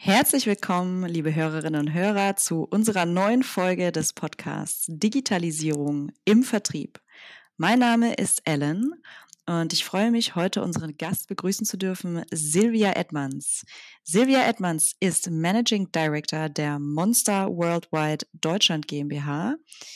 Herzlich willkommen, liebe Hörerinnen und Hörer, zu unserer neuen Folge des Podcasts Digitalisierung im Vertrieb. Mein Name ist Ellen und ich freue mich, heute unseren Gast begrüßen zu dürfen, Silvia Edmonds. Silvia Edmonds ist Managing Director der Monster Worldwide Deutschland GmbH.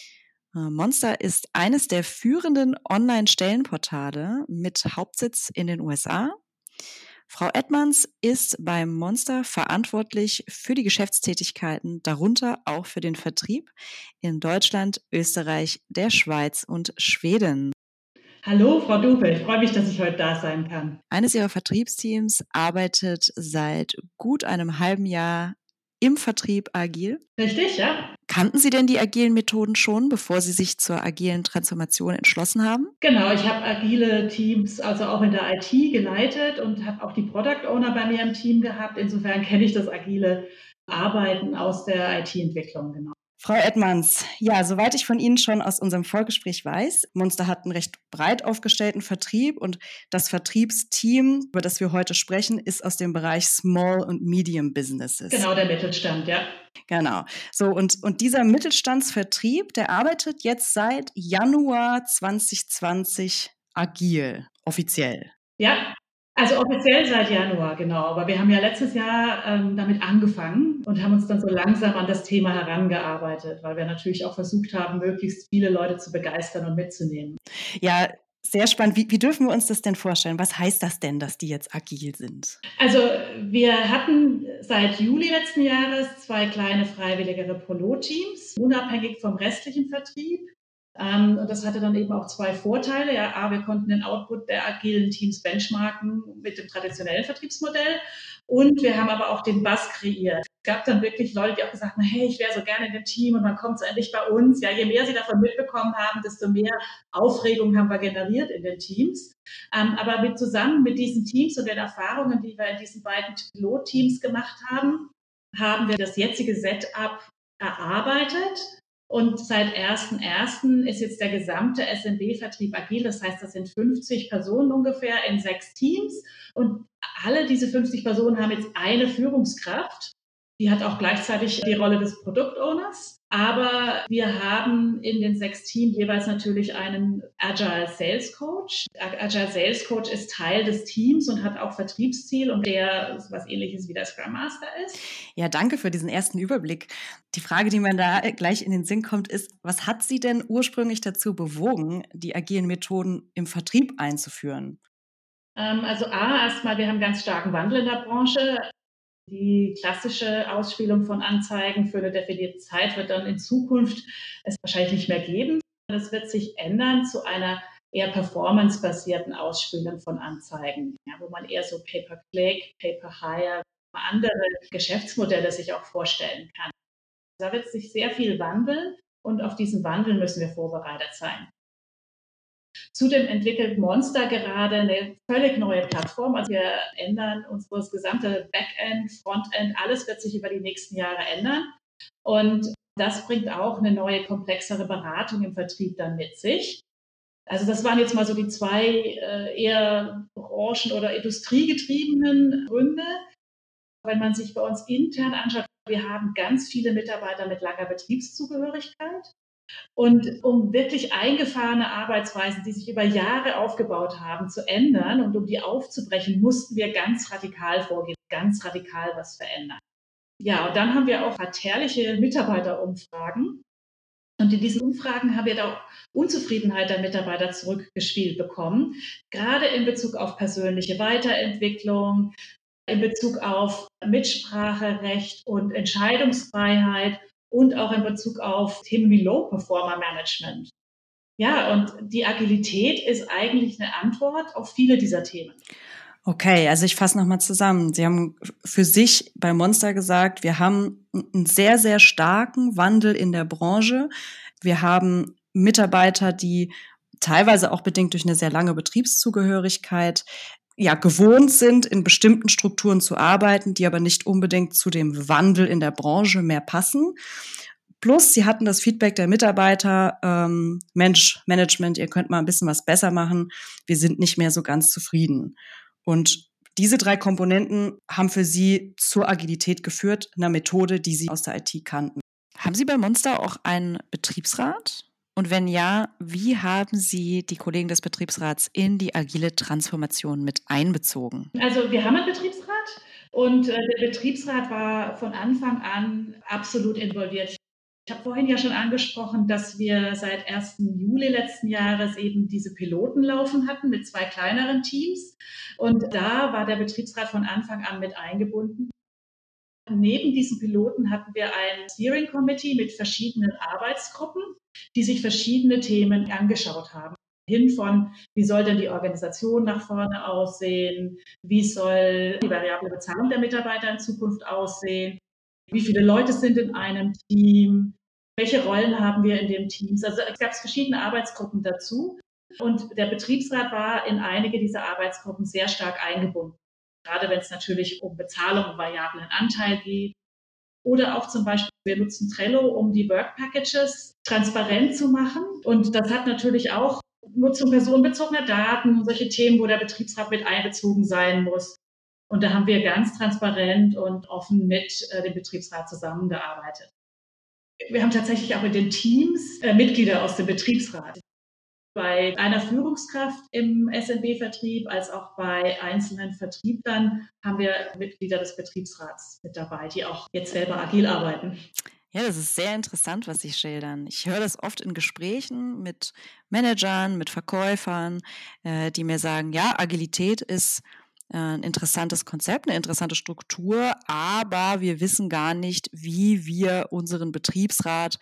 Monster ist eines der führenden Online-Stellenportale mit Hauptsitz in den USA. Frau Edmonds ist beim Monster verantwortlich für die Geschäftstätigkeiten, darunter auch für den Vertrieb in Deutschland, Österreich, der Schweiz und Schweden. Hallo, Frau Dube, ich freue mich, dass ich heute da sein kann. Eines ihrer Vertriebsteams arbeitet seit gut einem halben Jahr im Vertrieb agil. Richtig, ja? Kannten Sie denn die agilen Methoden schon, bevor Sie sich zur agilen Transformation entschlossen haben? Genau, ich habe agile Teams, also auch in der IT geleitet und habe auch die Product Owner bei mir im Team gehabt. Insofern kenne ich das agile Arbeiten aus der IT-Entwicklung, genau. Frau Edmonds, ja, soweit ich von Ihnen schon aus unserem Vorgespräch weiß, Monster hat einen recht breit aufgestellten Vertrieb und das Vertriebsteam, über das wir heute sprechen, ist aus dem Bereich Small und Medium Businesses. Genau, der Mittelstand, ja. Genau. So, und dieser Mittelstandsvertrieb, der arbeitet jetzt seit Januar 2020 agil, offiziell. Ja, also offiziell seit Januar, genau. Aber wir haben ja letztes Jahr damit angefangen und haben uns dann so langsam an das Thema herangearbeitet, weil wir natürlich auch versucht haben, möglichst viele Leute zu begeistern und mitzunehmen. Ja, sehr spannend. Wie dürfen wir uns das denn vorstellen? Was heißt das denn, dass die jetzt agil sind? Also wir hatten seit Juli letzten Jahres 2 kleine freiwilligere Pilotteams, unabhängig vom restlichen Vertrieb. Und das hatte dann eben auch 2 Vorteile. Ja, A, wir konnten den Output der agilen Teams benchmarken mit dem traditionellen Vertriebsmodell. Und wir haben aber auch den Buzz kreiert. Es gab dann wirklich Leute, die auch gesagt haben, hey, ich wäre so gerne in dem Team und dann kommt es endlich bei uns. Ja, je mehr sie davon mitbekommen haben, desto mehr Aufregung haben wir generiert in den Teams. Aber zusammen mit diesen Teams und den Erfahrungen, die wir in diesen beiden Pilotteams gemacht haben, haben wir das jetzige Setup erarbeitet. Und seit 1.1. ist jetzt der gesamte SMB-Vertrieb agil. Das heißt, das sind 50 Personen ungefähr in 6 Teams. Und alle diese 50 Personen haben jetzt eine Führungskraft. Die hat auch gleichzeitig die Rolle des Product-Owners. Aber wir haben in den 6 Teams jeweils natürlich einen Agile Sales Coach. Agile Sales Coach ist Teil des Teams und hat auch Vertriebsziel und der was Ähnliches wie der Scrum Master ist. Ja, danke für diesen ersten Überblick. Die Frage, die mir da gleich in den Sinn kommt, ist, was hat Sie denn ursprünglich dazu bewogen, die agilen Methoden im Vertrieb einzuführen? Also erstmal, wir haben ganz starken Wandel in der Branche. Die klassische Ausspielung von Anzeigen für eine definierte Zeit wird dann in Zukunft es wahrscheinlich nicht mehr geben. Das wird sich ändern zu einer eher performance-basierten Ausspielung von Anzeigen, ja, wo man eher so Pay-per-Click, Pay-per-Hire, andere Geschäftsmodelle sich auch vorstellen kann. Da wird sich sehr viel wandeln und auf diesen Wandel müssen wir vorbereitet sein. Zudem entwickelt Monster gerade eine völlig neue Plattform. Also wir ändern unser gesamte Backend, Frontend, alles wird sich über die nächsten Jahre ändern. Und das bringt auch eine neue, komplexere Beratung im Vertrieb dann mit sich. Also das waren jetzt mal so die 2 eher branchen- oder industriegetriebenen Gründe. Wenn man sich bei uns intern anschaut, wir haben ganz viele Mitarbeiter mit langer Betriebszugehörigkeit. Und um wirklich eingefahrene Arbeitsweisen, die sich über Jahre aufgebaut haben, zu ändern und um die aufzubrechen, mussten wir ganz radikal vorgehen, ganz radikal was verändern. Ja, und dann haben wir auch jährliche Mitarbeiterumfragen. Und in diesen Umfragen haben wir da auch Unzufriedenheit der Mitarbeiter zurückgespielt bekommen, gerade in Bezug auf persönliche Weiterentwicklung, in Bezug auf Mitspracherecht und Entscheidungsfreiheit und auch in Bezug auf Themen wie Low-Performer-Management. Ja, und die Agilität ist eigentlich eine Antwort auf viele dieser Themen. Okay, also ich fasse nochmal zusammen. Sie haben für sich bei Monster gesagt, wir haben einen sehr, sehr starken Wandel in der Branche. Wir haben Mitarbeiter, die teilweise auch bedingt durch eine sehr lange Betriebszugehörigkeit ja gewohnt sind, in bestimmten Strukturen zu arbeiten, die aber nicht unbedingt zu dem Wandel in der Branche mehr passen. Plus, sie hatten das Feedback der Mitarbeiter, Mensch, Management, ihr könnt mal ein bisschen was besser machen. Wir sind nicht mehr so ganz zufrieden. Und Diese 3 Komponenten haben für Sie zur Agilität geführt, einer Methode, die Sie aus der IT kannten. Haben Sie bei Monster auch einen Betriebsrat? Und wenn ja, wie haben Sie die Kollegen des Betriebsrats in die agile Transformation mit einbezogen? Also wir haben einen Betriebsrat und der Betriebsrat war von Anfang an absolut involviert. Ich habe vorhin ja schon angesprochen, dass wir seit 1. Juli letzten Jahres eben diese Piloten laufen hatten mit 2 kleineren Teams. Und da war der Betriebsrat von Anfang an mit eingebunden. Neben diesen Piloten hatten wir ein Steering Committee mit verschiedenen Arbeitsgruppen, die sich verschiedene Themen angeschaut haben. Hin von, wie soll denn die Organisation nach vorne aussehen? Wie soll die variable Bezahlung der Mitarbeiter in Zukunft aussehen? Wie viele Leute sind in einem Team? Welche Rollen haben wir in den Teams? Also es gab verschiedene Arbeitsgruppen dazu. Und der Betriebsrat war in einige dieser Arbeitsgruppen sehr stark eingebunden. Gerade wenn es natürlich um Bezahlung und variablen Anteil geht. Oder auch zum Beispiel, wir nutzen Trello, um die Work Packages transparent zu machen. Und das hat natürlich auch Nutzung personenbezogener Daten und solche Themen, wo der Betriebsrat mit einbezogen sein muss. Und da haben wir ganz transparent und offen mit dem Betriebsrat zusammengearbeitet. Wir haben tatsächlich auch in den Teams Mitglieder aus dem Betriebsrat. Bei einer Führungskraft im SMB-Vertrieb als auch bei einzelnen Vertrieblern haben wir Mitglieder des Betriebsrats mit dabei, die auch jetzt selber agil arbeiten. Ja, das ist sehr interessant, was Sie schildern. Ich höre das oft in Gesprächen mit Managern, mit Verkäufern, die mir sagen, ja, Agilität ist ein interessantes Konzept, eine interessante Struktur, aber wir wissen gar nicht, wie wir unseren Betriebsrat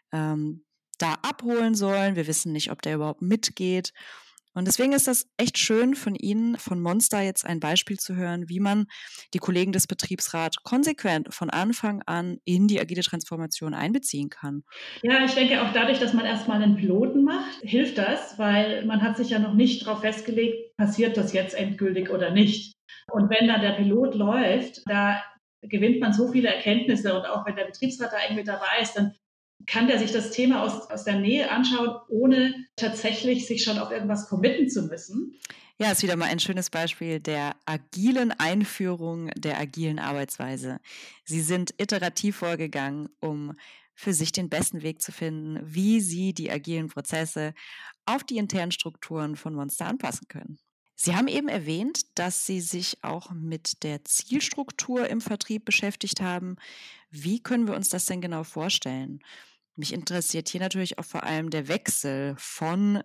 da abholen sollen. Wir wissen nicht, ob der überhaupt mitgeht. Und deswegen ist das echt schön von Ihnen, von Monster jetzt ein Beispiel zu hören, wie man die Kollegen des Betriebsrats konsequent von Anfang an in die agile Transformation einbeziehen kann. Ja, ich denke auch dadurch, dass man erstmal einen Piloten macht, hilft das, weil man hat sich ja noch nicht darauf festgelegt, passiert das jetzt endgültig oder nicht. Und wenn dann der Pilot läuft, da gewinnt man so viele Erkenntnisse und auch wenn der Betriebsrat da irgendwie dabei ist, dann kann der sich das Thema aus der Nähe anschauen, ohne tatsächlich sich schon auf irgendwas committen zu müssen. Ja, ist wieder mal ein schönes Beispiel der agilen Einführung der agilen Arbeitsweise. Sie sind iterativ vorgegangen, um für sich den besten Weg zu finden, wie Sie die agilen Prozesse auf die internen Strukturen von Monster anpassen können. Sie haben eben erwähnt, dass Sie sich auch mit der Zielstruktur im Vertrieb beschäftigt haben. Wie können wir uns das denn genau vorstellen? Mich interessiert hier natürlich auch vor allem der Wechsel von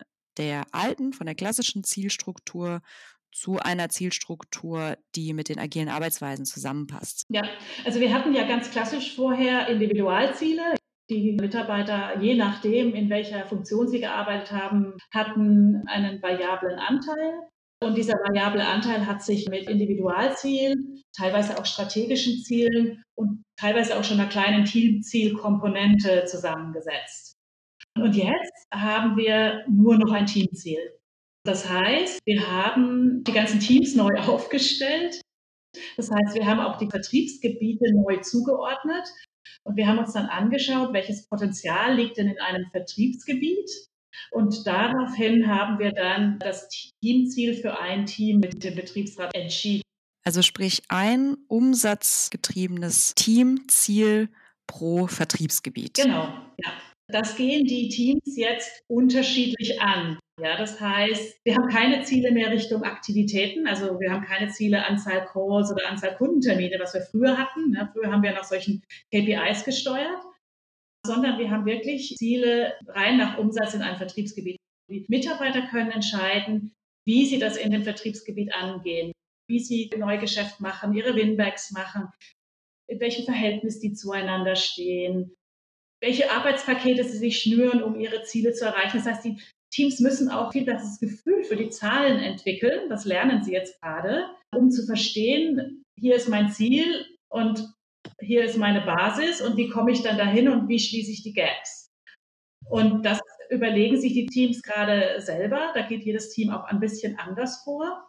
von der klassischen Zielstruktur zu einer Zielstruktur, die mit den agilen Arbeitsweisen zusammenpasst. Ja, also wir hatten ja ganz klassisch vorher Individualziele. Die Mitarbeiter, je nachdem, in welcher Funktion sie gearbeitet haben, hatten einen variablen Anteil. Und dieser variable Anteil hat sich mit Individualzielen, teilweise auch strategischen Zielen und teilweise auch schon einer kleinen Teamzielkomponente zusammengesetzt. Und jetzt haben wir nur noch ein Teamziel. Das heißt, wir haben die ganzen Teams neu aufgestellt. Das heißt, wir haben auch die Vertriebsgebiete neu zugeordnet und wir haben uns dann angeschaut, welches Potenzial liegt denn in einem Vertriebsgebiet. Und daraufhin haben wir dann das Teamziel für ein Team mit dem Betriebsrat entschieden. Also sprich ein umsatzgetriebenes Teamziel pro Vertriebsgebiet. Genau, ja. Das gehen die Teams jetzt unterschiedlich an. Ja, das heißt, wir haben keine Ziele mehr Richtung Aktivitäten. Also wir haben keine Ziele Anzahl Calls oder Anzahl Kundentermine, was wir früher hatten. Ja, früher haben wir nach solchen KPIs gesteuert, sondern wir haben wirklich Ziele rein nach Umsatz in einem Vertriebsgebiet. Die Mitarbeiter können entscheiden, wie sie das in dem Vertriebsgebiet angehen, wie sie Neugeschäft machen, ihre Winbacks machen, in welchem Verhältnis die zueinander stehen, welche Arbeitspakete sie sich schnüren, um ihre Ziele zu erreichen. Das heißt, die Teams müssen auch viel das Gefühl für die Zahlen entwickeln. Das lernen sie jetzt gerade, um zu verstehen, hier ist mein Ziel und hier ist meine Basis und wie komme ich dann dahin und wie schließe ich die Gaps. Und das überlegen sich die Teams gerade selber. Da geht jedes Team auch ein bisschen anders vor.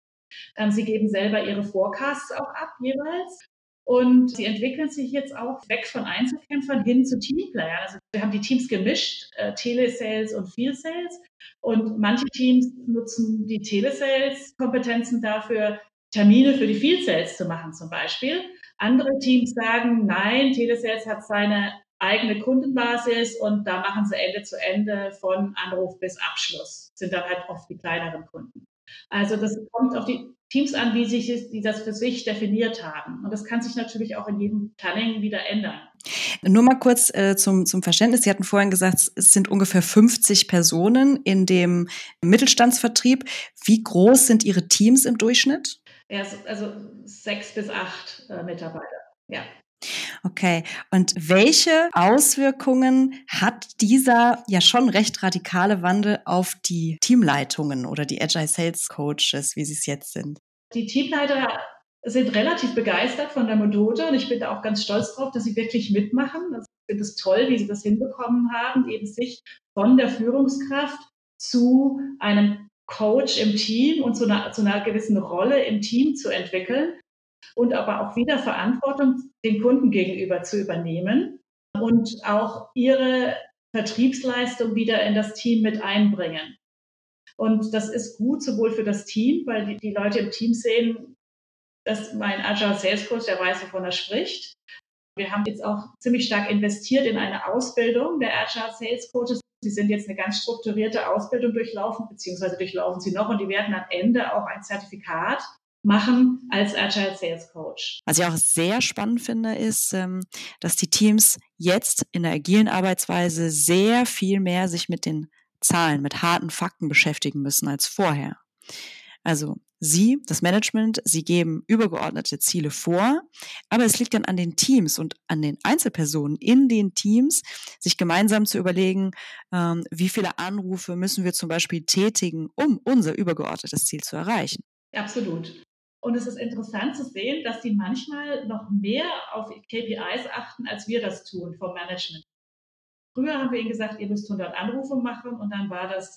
Sie geben selber ihre Forecasts auch ab jeweils. Und sie entwickeln sich jetzt auch weg von Einzelkämpfern hin zu Teamplayern. Also wir haben die Teams gemischt, Telesales und Field Sales. Und manche Teams nutzen die Telesales-Kompetenzen dafür, Termine für die Field Sales zu machen zum Beispiel. Andere Teams sagen, nein, Telesales hat seine eigene Kundenbasis und da machen sie Ende zu Ende von Anruf bis Abschluss. Sind dann halt oft die kleineren Kunden. Also das kommt auf die Teams an, die das für sich definiert haben. Und das kann sich natürlich auch in jedem Planning wieder ändern. Nur mal kurz zum Verständnis. Sie hatten vorhin gesagt, es sind ungefähr 50 Personen in dem Mittelstandsvertrieb. Wie groß sind Ihre Teams im Durchschnitt? Ja, also 6 bis 8 Mitarbeiter, ja. Okay. Und welche Auswirkungen hat dieser ja schon recht radikale Wandel auf die Teamleitungen oder die Agile Sales Coaches, wie sie es jetzt sind? Die Teamleiter sind relativ begeistert von der Methode und ich bin da auch ganz stolz drauf, dass sie wirklich mitmachen. Also ich finde es toll, wie sie das hinbekommen haben, eben sich von der Führungskraft zu einem Coach im Team und zu einer gewissen Rolle im Team zu entwickeln und aber auch wieder Verantwortung dem Kunden gegenüber zu übernehmen und auch ihre Vertriebsleistung wieder in das Team mit einbringen. Und das ist gut sowohl für das Team, weil die Leute im Team sehen, dass mein Agile Sales Coach, der weiß, wovon er spricht. Wir haben jetzt auch ziemlich stark investiert in eine Ausbildung der Agile Sales Coaches. Sie sind jetzt eine ganz strukturierte Ausbildung durchlaufen, beziehungsweise durchlaufen sie noch und die werden am Ende auch ein Zertifikat machen als Agile Sales Coach. Was ich auch sehr spannend finde, ist, dass die Teams jetzt in der agilen Arbeitsweise sehr viel mehr sich mit den Zahlen, mit harten Fakten beschäftigen müssen als vorher. Also Sie, das Management, Sie geben übergeordnete Ziele vor, aber es liegt dann an den Teams und an den Einzelpersonen in den Teams, sich gemeinsam zu überlegen, wie viele Anrufe müssen wir zum Beispiel tätigen, um unser übergeordnetes Ziel zu erreichen. Absolut. Und es ist interessant zu sehen, dass die manchmal noch mehr auf KPIs achten, als wir das tun vom Management. Früher haben wir ihnen gesagt, ihr müsst 100 Anrufe machen und dann war das,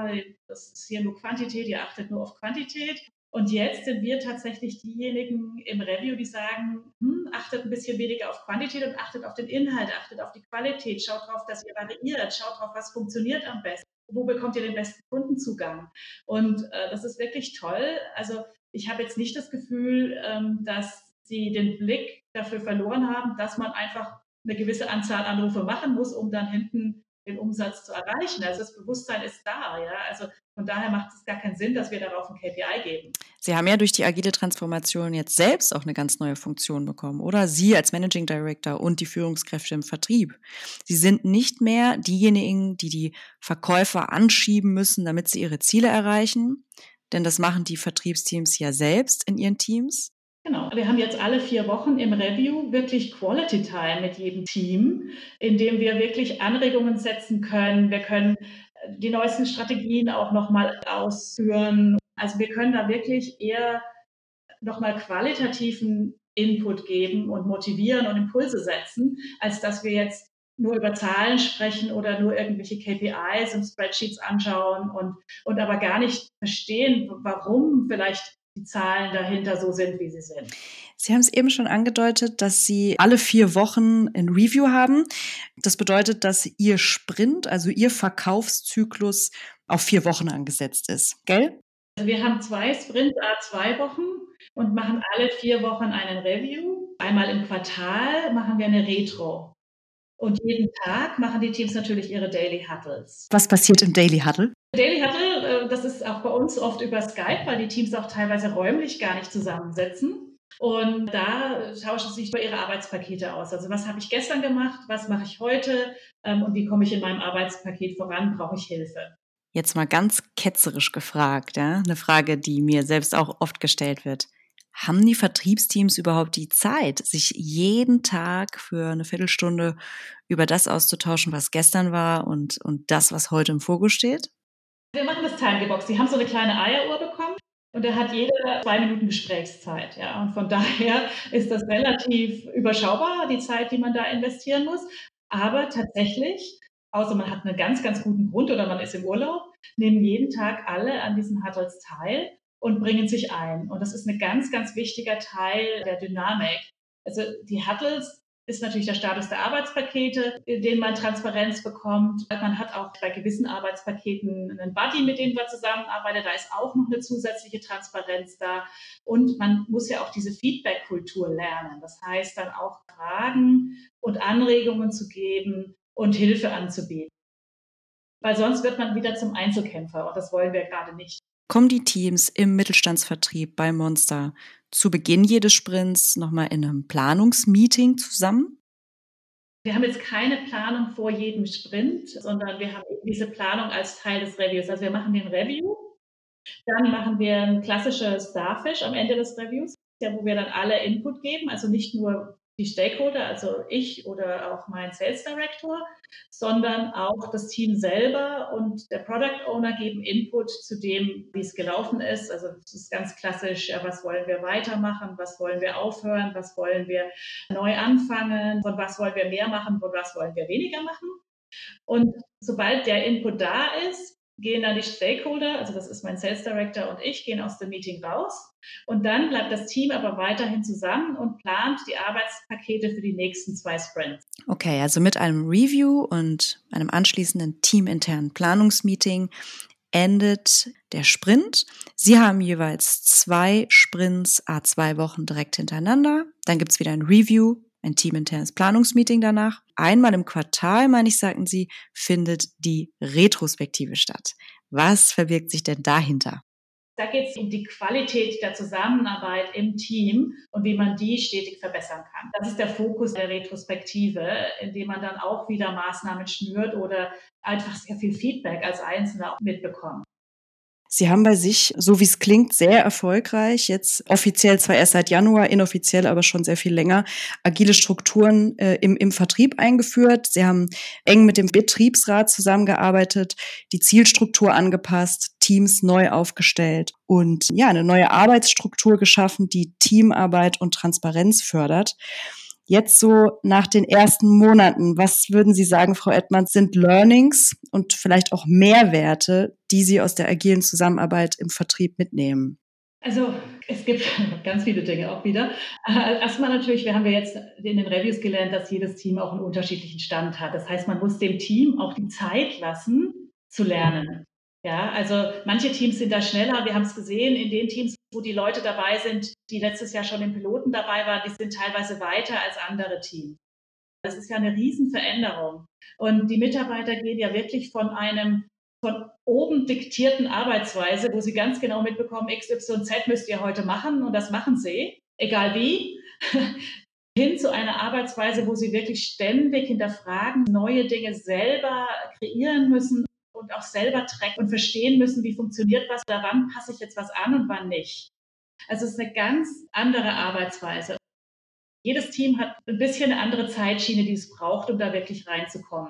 das ist hier nur Quantität, ihr achtet nur auf Quantität. Und jetzt sind wir tatsächlich diejenigen im Review, die sagen, achtet ein bisschen weniger auf Quantität und achtet auf den Inhalt, achtet auf die Qualität, schaut drauf, dass ihr variiert, schaut drauf, was funktioniert am besten, wo bekommt ihr den besten Kundenzugang. Und das ist wirklich toll. Also ich habe jetzt nicht das Gefühl, dass sie den Blick dafür verloren haben, dass man einfach eine gewisse Anzahl Anrufe machen muss, um dann hinten den Umsatz zu erreichen. Also das Bewusstsein ist da, ja. Also von daher macht es gar keinen Sinn, dass wir darauf ein KPI geben. Sie haben ja durch die agile Transformation jetzt selbst auch eine ganz neue Funktion bekommen, oder? Sie als Managing Director und die Führungskräfte im Vertrieb. Sie sind nicht mehr diejenigen, die die Verkäufer anschieben müssen, damit sie ihre Ziele erreichen, denn das machen die Vertriebsteams ja selbst in ihren Teams. Genau. Wir haben jetzt alle 4 Wochen im Review wirklich Quality Time mit jedem Team, in dem wir wirklich Anregungen setzen können. Wir können die neuesten Strategien auch nochmal ausführen. Also wir können da wirklich eher nochmal qualitativen Input geben und motivieren und Impulse setzen, als dass wir jetzt nur über Zahlen sprechen oder nur irgendwelche KPIs und Spreadsheets anschauen und aber gar nicht verstehen, warum vielleicht die Zahlen dahinter so sind, wie sie sind. Sie haben es eben schon angedeutet, dass Sie alle 4 Wochen ein Review haben. Das bedeutet, dass Ihr Sprint, also Ihr Verkaufszyklus, auf 4 Wochen angesetzt ist, gell? Also wir haben 2 Sprints, 2 Wochen und machen alle 4 Wochen einen Review. Einmal im Quartal machen wir eine Retro. Und jeden Tag machen die Teams natürlich ihre Daily Huddles. Was passiert im Daily Huddle? Daily Huddle, das ist auch bei uns oft über Skype, weil die Teams auch teilweise räumlich gar nicht zusammensitzen. Und da tauschen sie sich über ihre Arbeitspakete aus. Also was habe ich gestern gemacht, was mache ich heute und wie komme ich in meinem Arbeitspaket voran, brauche ich Hilfe. Jetzt mal ganz ketzerisch gefragt, ja? Eine Frage, die mir selbst auch oft gestellt wird. Haben die Vertriebsteams überhaupt die Zeit, sich jeden Tag für eine Viertelstunde über das auszutauschen, was gestern war und das, was heute im Fokus steht? Wir machen das Timegebox. Sie haben so eine kleine Eieruhr bekommen und da hat jeder 2 Minuten Gesprächszeit. Ja? Und von daher ist das relativ überschaubar, die Zeit, die man da investieren muss. Aber tatsächlich, außer man hat einen ganz, ganz guten Grund oder man ist im Urlaub, nehmen jeden Tag alle an diesen Huddles teil und bringen sich ein. Und das ist ein ganz, ganz wichtiger Teil der Dynamik. Also die Huddles ist natürlich der Status der Arbeitspakete, in denen man Transparenz bekommt. Man hat auch bei gewissen Arbeitspaketen einen Buddy, mit dem wir zusammenarbeiten. Da ist auch noch eine zusätzliche Transparenz da. Und man muss ja auch diese Feedback-Kultur lernen. Das heißt, dann auch Fragen und Anregungen zu geben und Hilfe anzubieten. Weil sonst wird man wieder zum Einzelkämpfer und das wollen wir gerade nicht. Kommen die Teams im Mittelstandsvertrieb bei Monster zu Beginn jedes Sprints nochmal in einem Planungsmeeting zusammen? Wir haben jetzt keine Planung vor jedem Sprint, sondern wir haben diese Planung als Teil des Reviews. Also wir machen den Review, dann machen wir ein klassisches Starfish am Ende des Reviews, ja, wo wir dann alle Input geben, also nicht nur die Stakeholder, also ich oder auch mein Sales Director, sondern auch das Team selber und der Product Owner geben Input zu dem, wie es gelaufen ist. Also das ist ganz klassisch, ja, was wollen wir weitermachen, was wollen wir aufhören, was wollen wir neu anfangen, von was wollen wir mehr machen, von was wollen wir weniger machen. Und sobald der Input da ist, gehen dann die Stakeholder, also das ist mein Sales Director und ich, gehen aus dem Meeting raus. Und dann bleibt das Team aber weiterhin zusammen und plant die Arbeitspakete für die nächsten 2 Sprints. Okay, also mit einem Review und einem anschließenden teaminternen Planungsmeeting endet der Sprint. Sie haben jeweils 2 Sprints, 2 Wochen direkt hintereinander. Dann gibt's wieder ein Review, ein teaminternes Planungsmeeting danach. Einmal im Quartal, meine ich, sagten Sie, findet die Retrospektive statt. Was verbirgt sich denn dahinter? Da geht es um die Qualität der Zusammenarbeit im Team und wie man die stetig verbessern kann. Das ist der Fokus der Retrospektive, indem man dann auch wieder Maßnahmen schnürt oder einfach sehr viel Feedback als Einzelner auch mitbekommt. Sie haben bei sich, so wie es klingt, sehr erfolgreich, jetzt offiziell zwar erst seit Januar, inoffiziell aber schon sehr viel länger, agile Strukturen im Vertrieb eingeführt. Sie haben eng mit dem Betriebsrat zusammengearbeitet, die Zielstruktur angepasst, Teams neu aufgestellt und ja, eine neue Arbeitsstruktur geschaffen, die Teamarbeit und Transparenz fördert. Jetzt so nach den ersten Monaten, was würden Sie sagen, Frau Edmanns, sind Learnings und vielleicht auch Mehrwerte, die Sie aus der agilen Zusammenarbeit im Vertrieb mitnehmen? Also es gibt ganz viele Dinge auch wieder. Erstmal natürlich, wir haben jetzt in den Reviews gelernt, dass jedes Team auch einen unterschiedlichen Stand hat. Das heißt, man muss dem Team auch die Zeit lassen, zu lernen. Ja, also manche Teams sind da schneller. Wir haben es gesehen, in den Teams, wo die Leute dabei sind, die letztes Jahr schon im Piloten dabei waren, die sind teilweise weiter als andere Teams. Das ist ja eine Riesenveränderung. Und die Mitarbeiter gehen ja wirklich von oben diktierten Arbeitsweise, wo sie ganz genau mitbekommen, XYZ müsst ihr heute machen und das machen sie, egal wie, hin zu einer Arbeitsweise, wo sie wirklich ständig hinterfragen, neue Dinge selber kreieren müssen und auch selber tracken und verstehen müssen, wie funktioniert was, oder wann passe ich jetzt was an und wann nicht. Also es ist eine ganz andere Arbeitsweise. Jedes Team hat ein bisschen eine andere Zeitschiene, die es braucht, um da wirklich reinzukommen.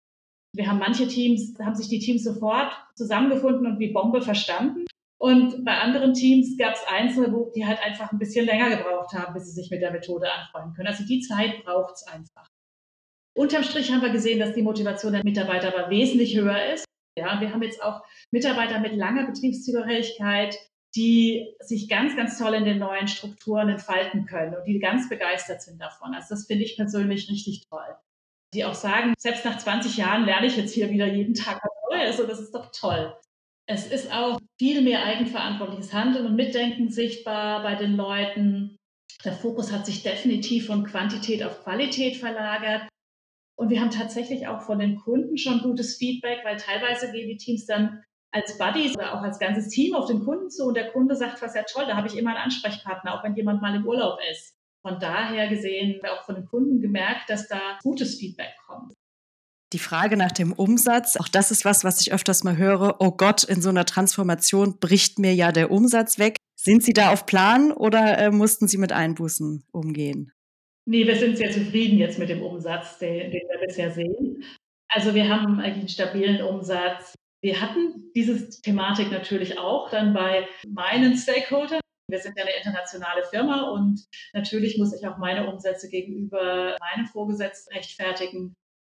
Wir haben manche Teams, da haben sich die Teams sofort zusammengefunden und wie Bombe verstanden. Und bei anderen Teams gab es Einzelne, die halt einfach ein bisschen länger gebraucht haben, bis sie sich mit der Methode anfreunden können. Also die Zeit braucht es einfach. Unterm Strich haben wir gesehen, dass die Motivation der Mitarbeiter aber wesentlich höher ist. Ja, wir haben jetzt auch Mitarbeiter mit langer Betriebszugehörigkeit, die sich ganz, ganz toll in den neuen Strukturen entfalten können und die ganz begeistert sind davon. Also das finde ich persönlich richtig toll. Die auch sagen, selbst nach 20 Jahren lerne ich jetzt hier wieder jeden Tag was Neues und das ist doch toll. Es ist auch viel mehr eigenverantwortliches Handeln und Mitdenken sichtbar bei den Leuten. Der Fokus hat sich definitiv von Quantität auf Qualität verlagert. Und wir haben tatsächlich auch von den Kunden schon gutes Feedback, weil teilweise gehen die Teams dann als Buddies oder auch als ganzes Team auf den Kunden zu und der Kunde sagt, was ja toll, da habe ich immer einen Ansprechpartner, auch wenn jemand mal im Urlaub ist. Von daher gesehen, auch von den Kunden gemerkt, dass da gutes Feedback kommt. Die Frage nach dem Umsatz, auch das ist was ich öfters mal höre. Oh Gott, in so einer Transformation bricht mir ja der Umsatz weg. Sind Sie da auf Plan oder mussten Sie mit Einbußen umgehen? Nee, wir sind sehr zufrieden jetzt mit dem Umsatz, den wir bisher sehen. Also wir haben eigentlich einen stabilen Umsatz. Wir hatten diese Thematik natürlich auch dann bei meinen Stakeholdern. Wir sind ja eine internationale Firma und natürlich muss ich auch meine Umsätze gegenüber meinen Vorgesetzten rechtfertigen.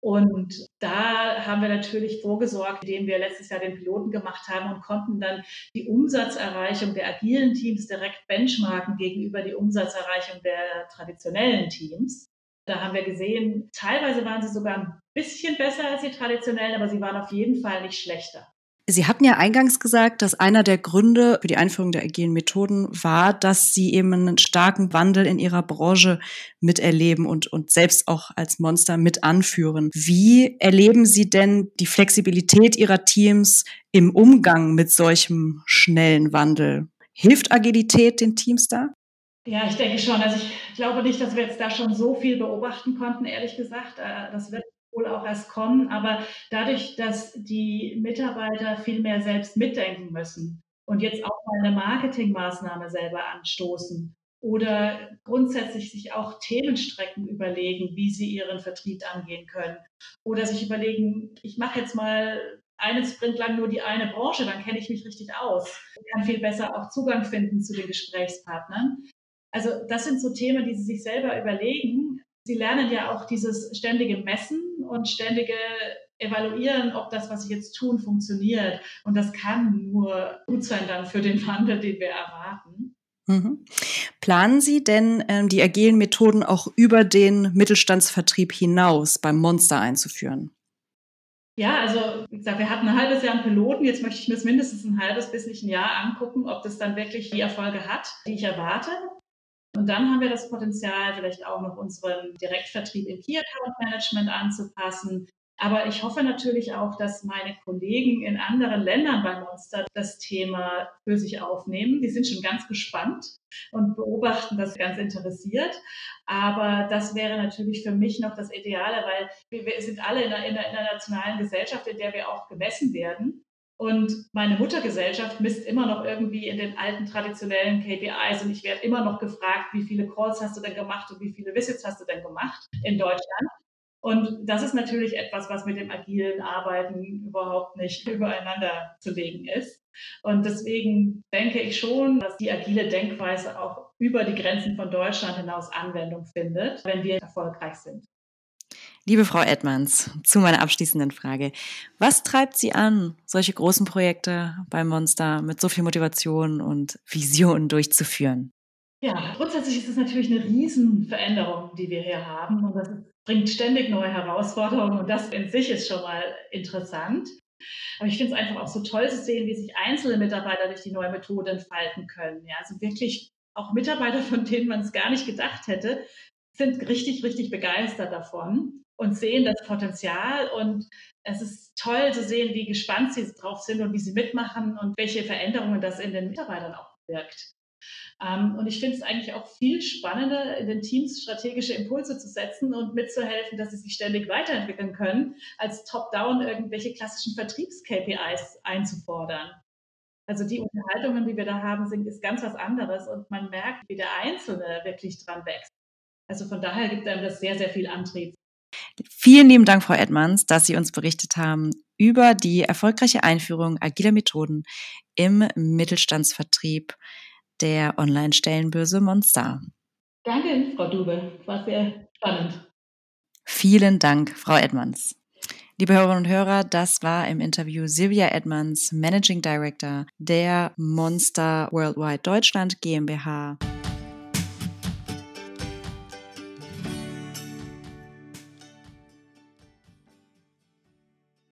Und da haben wir natürlich vorgesorgt, indem wir letztes Jahr den Piloten gemacht haben und konnten dann die Umsatzerreichung der agilen Teams direkt benchmarken gegenüber die Umsatzerreichung der traditionellen Teams. Da haben wir gesehen, teilweise waren sie sogar ein bisschen besser als die traditionellen, aber sie waren auf jeden Fall nicht schlechter. Sie hatten ja eingangs gesagt, dass einer der Gründe für die Einführung der agilen Methoden war, dass Sie eben einen starken Wandel in Ihrer Branche miterleben und selbst auch als Monster mit anführen. Wie erleben Sie denn die Flexibilität Ihrer Teams im Umgang mit solchem schnellen Wandel? Hilft Agilität den Teams da? Ja, ich denke schon. Also ich glaube nicht, dass wir jetzt da schon so viel beobachten konnten, ehrlich gesagt. Das wird wohl auch erst kommen. Aber dadurch, dass die Mitarbeiter viel mehr selbst mitdenken müssen und jetzt auch mal eine Marketingmaßnahme selber anstoßen oder grundsätzlich sich auch Themenstrecken überlegen, wie sie ihren Vertrieb angehen können oder sich überlegen, ich mache jetzt mal einen Sprint lang nur die eine Branche, dann kenne ich mich richtig aus und kann viel besser auch Zugang finden zu den Gesprächspartnern. Also das sind so Themen, die sie sich selber überlegen. Sie lernen ja auch dieses ständige Messen und ständige Evaluieren, ob das, was sie jetzt tun, funktioniert. Und das kann nur gut sein dann für den Wandel, den wir erwarten. Mhm. Planen Sie denn die agilen Methoden auch über den Mittelstandsvertrieb hinaus beim Monster einzuführen? Ja, also wie gesagt, wir hatten ein halbes Jahr einen Piloten. Jetzt möchte ich mir das mindestens ein halbes bis nicht ein Jahr angucken, ob das dann wirklich die Erfolge hat, die ich erwarte. Und dann haben wir das Potenzial, vielleicht auch noch unseren Direktvertrieb im Key Account Management anzupassen. Aber ich hoffe natürlich auch, dass meine Kollegen in anderen Ländern bei Monster das Thema für sich aufnehmen. Die sind schon ganz gespannt und beobachten das ganz interessiert. Aber das wäre natürlich für mich noch das Ideale, weil wir sind alle in einer nationalen Gesellschaft, in der wir auch gemessen werden. Und meine Muttergesellschaft misst immer noch irgendwie in den alten traditionellen KPIs und ich werde immer noch gefragt, wie viele Calls hast du denn gemacht und wie viele Visits hast du denn gemacht in Deutschland? Und das ist natürlich etwas, was mit dem agilen Arbeiten überhaupt nicht übereinander zu legen ist. Und deswegen denke ich schon, dass die agile Denkweise auch über die Grenzen von Deutschland hinaus Anwendung findet, wenn wir erfolgreich sind. Liebe Frau Edmonds, zu meiner abschließenden Frage. Was treibt Sie an, solche großen Projekte beim Monster mit so viel Motivation und Vision durchzuführen? Ja, grundsätzlich ist es natürlich eine Riesenveränderung, die wir hier haben und das bringt ständig neue Herausforderungen und das in sich ist schon mal interessant. Aber ich finde es einfach auch so toll zu sehen, wie sich einzelne Mitarbeiter durch die neue Methode entfalten können. Ja, also wirklich auch Mitarbeiter, von denen man es gar nicht gedacht hätte, sind richtig, richtig begeistert davon und sehen das Potenzial und es ist toll zu sehen, wie gespannt sie drauf sind und wie sie mitmachen und welche Veränderungen das in den Mitarbeitern auch wirkt. Und ich finde es eigentlich auch viel spannender, in den Teams strategische Impulse zu setzen und mitzuhelfen, dass sie sich ständig weiterentwickeln können, als top-down irgendwelche klassischen Vertriebs-KPIs einzufordern. Also die Unterhaltungen, die wir da haben, ist ganz was anderes und man merkt, wie der Einzelne wirklich dran wächst. Also von daher gibt einem das sehr, sehr viel Antrieb. Vielen lieben Dank, Frau Edmonds, dass Sie uns berichtet haben über die erfolgreiche Einführung agiler Methoden im Mittelstandsvertrieb der Online-Stellenbörse Monster. Danke, Frau Dube. War sehr spannend. Vielen Dank, Frau Edmonds. Liebe Hörerinnen und Hörer, das war im Interview Silvia Edmonds, Managing Director der Monster Worldwide Deutschland GmbH.